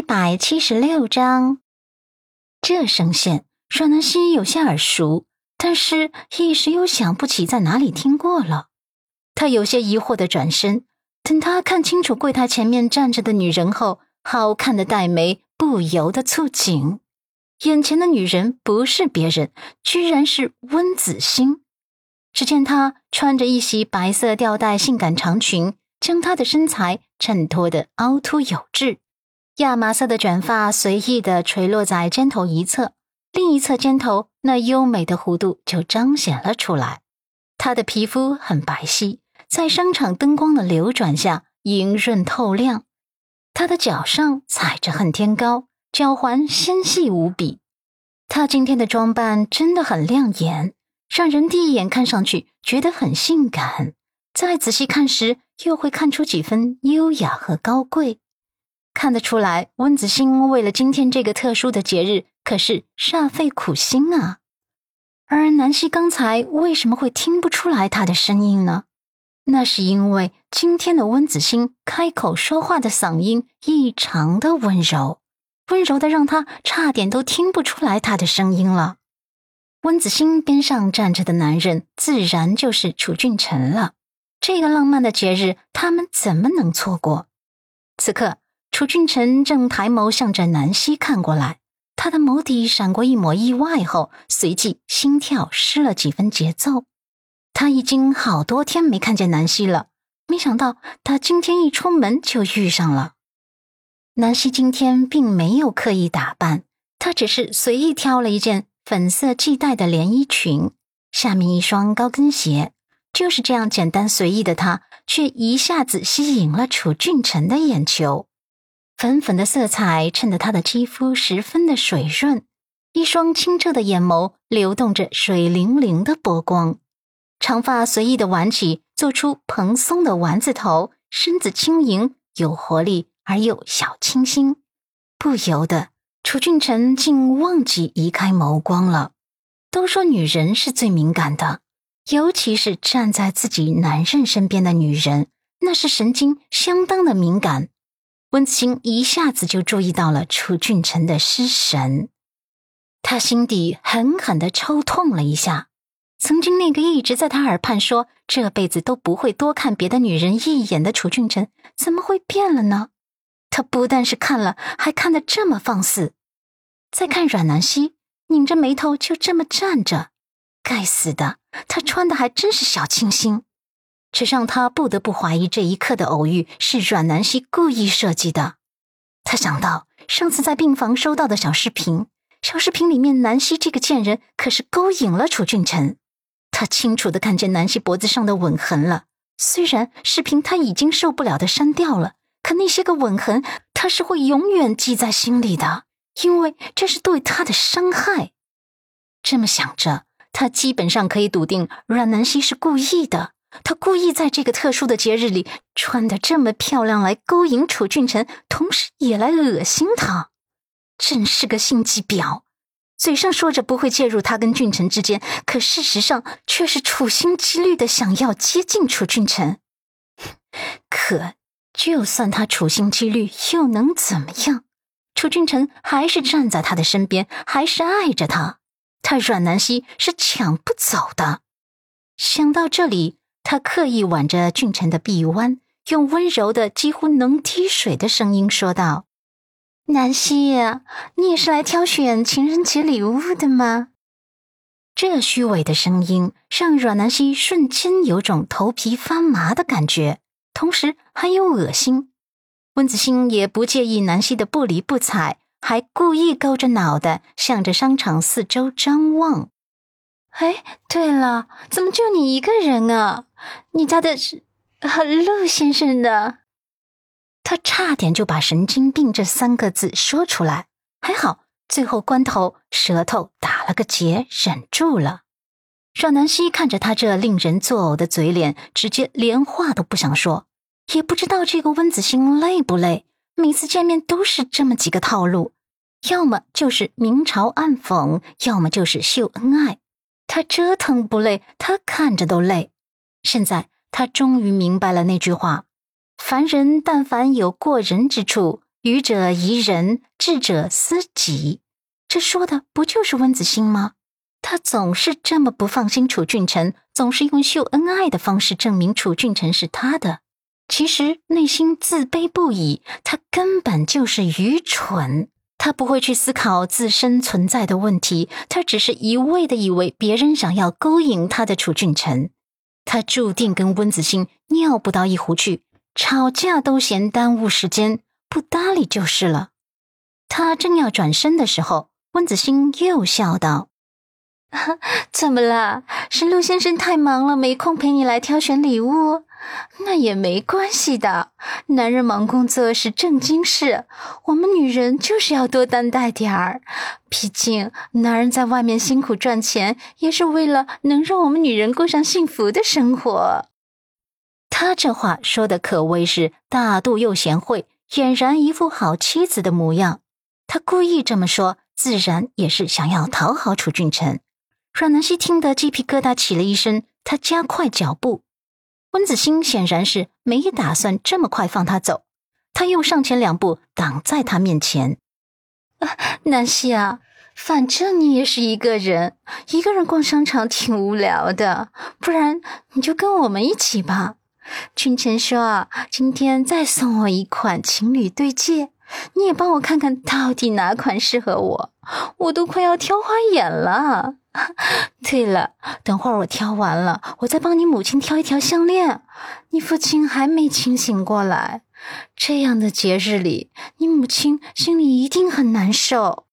176章。这声线阮南希有些耳熟，但是一时又想不起在哪里听过了。他有些疑惑地转身，等他看清楚柜台前面站着的女人后，好看的黛眉不由得蹙紧。眼前的女人不是别人，居然是温子欣。只见她穿着一袭白色吊带性感长裙，将她的身材衬托得凹凸有致。亚麻色的卷发随意地垂落在肩头一侧，另一侧肩头那优美的弧度就彰显了出来。她的皮肤很白皙，在商场灯光的流转下莹润透亮。她的脚上踩着恨天高，脚环纤细无比。她今天的装扮真的很亮眼，让人第一眼看上去觉得很性感，再仔细看时又会看出几分优雅和高贵。看得出来，温子欣为了今天这个特殊的节日可是煞费苦心啊。而南希刚才为什么会听不出来她的声音呢？那是因为今天的温子欣开口说话的嗓音异常的温柔，温柔的让她差点都听不出来她的声音了。温子欣边上站着的男人自然就是楚俊辰了，这个浪漫的节日他们怎么能错过？此刻楚俊辰正抬眸向着南希看过来，他的眸底闪过一抹意外后，随即心跳失了几分节奏。他已经好多天没看见南希了，没想到他今天一出门就遇上了。南希今天并没有刻意打扮，她只是随意挑了一件粉色系带的连衣裙，下面一双高跟鞋。就是这样简单随意的她，却一下子吸引了楚俊辰的眼球。粉粉的色彩衬得她的肌肤十分的水润，一双清澈的眼眸流动着水灵灵的波光。长发随意的挽起，做出蓬松的丸子头，身子轻盈，有活力而又小清新。不由得楚俊辰竟忘记移开眸光了。都说女人是最敏感的，尤其是站在自己男人身边的女人，那是神经相当的敏感。温子欣一下子就注意到了楚俊辰的失神，他心底狠狠地抽痛了一下。曾经那个一直在他耳畔说这辈子都不会多看别的女人一眼的楚俊辰，怎么会变了呢？他不但是看了，还看得这么放肆。再看阮南希，拧着眉头就这么站着，该死的，她穿的还真是小清新。这让他不得不怀疑这一刻的偶遇是阮南希故意设计的。他想到上次在病房收到的小视频，小视频里面南希这个贱人可是勾引了楚俊辰。他清楚地看见南希脖子上的吻痕了，虽然视频他已经受不了的删掉了，可那些个吻痕他是会永远记在心里的，因为这是对他的伤害。这么想着，他基本上可以笃定阮南希是故意的，他故意在这个特殊的节日里穿得这么漂亮来勾引楚俊辰，同时也来恶心他，真是个心机婊。嘴上说着不会介入他跟俊辰之间，可事实上却是处心积虑的想要接近楚俊辰。可就算他处心积虑又能怎么样？楚俊辰还是站在他的身边，还是爱着他，他阮南希是抢不走的。想到这里，他刻意挽着俊辰的臂弯，用温柔的几乎能滴水的声音说道：南希啊，你也是来挑选情人节礼物的吗？这虚伪的声音让阮南希瞬间有种头皮发麻的感觉，同时还有恶心。温子欣也不介意南希的不理不睬，还故意勾着脑袋向着商场四周张望。哎，对了，怎么就你一个人啊？你家的是陆先生的。他差点就把神经病这3个字说出来，还好最后关头舌头打了个结，忍住了。阮南希看着他这令人作呕的嘴脸，直接连话都不想说。也不知道这个温子欣累不累，每次见面都是这么几个套路，要么就是明嘲暗讽，要么就是秀恩爱。他折腾不累，他看着都累。现在他终于明白了那句话，凡人但凡有过人之处， 愚者宜人，智者思己。这说的不就是温子星吗？他总是这么不放心楚俊辰，总是用秀恩爱的方式证明楚俊辰是他的。其实内心自卑不已，他根本就是愚蠢。他不会去思考自身存在的问题，他只是一味地以为别人想要勾引他的楚俊辰。他注定跟温子星尿不到一壶去，吵架都嫌耽误时间，不搭理就是了。他正要转身的时候，温子星又笑道：怎么啦？是陆先生太忙了，没空陪你来挑选礼物？那也没关系的，男人忙工作是正经事，我们女人就是要多担待点儿。毕竟男人在外面辛苦赚钱，也是为了能让我们女人过上幸福的生活。他这话说的可谓是大度又贤惠，俨然一副好妻子的模样。他故意这么说，自然也是想要讨好楚俊辰。阮南希听得鸡皮疙瘩起了一身，他加快脚步。温子星显然是没打算这么快放他走，他又上前2步挡在他面前。南希啊，反正你也是一个人逛商场挺无聊的，不然你就跟我们一起吧。俊辰说今天再送我一款情侣对戒，你也帮我看看到底哪款适合我，我都快要挑花眼了。对了，等会儿我挑完了，我再帮你母亲挑一条项链。你父亲还没清醒过来，这样的节日里，你母亲心里一定很难受。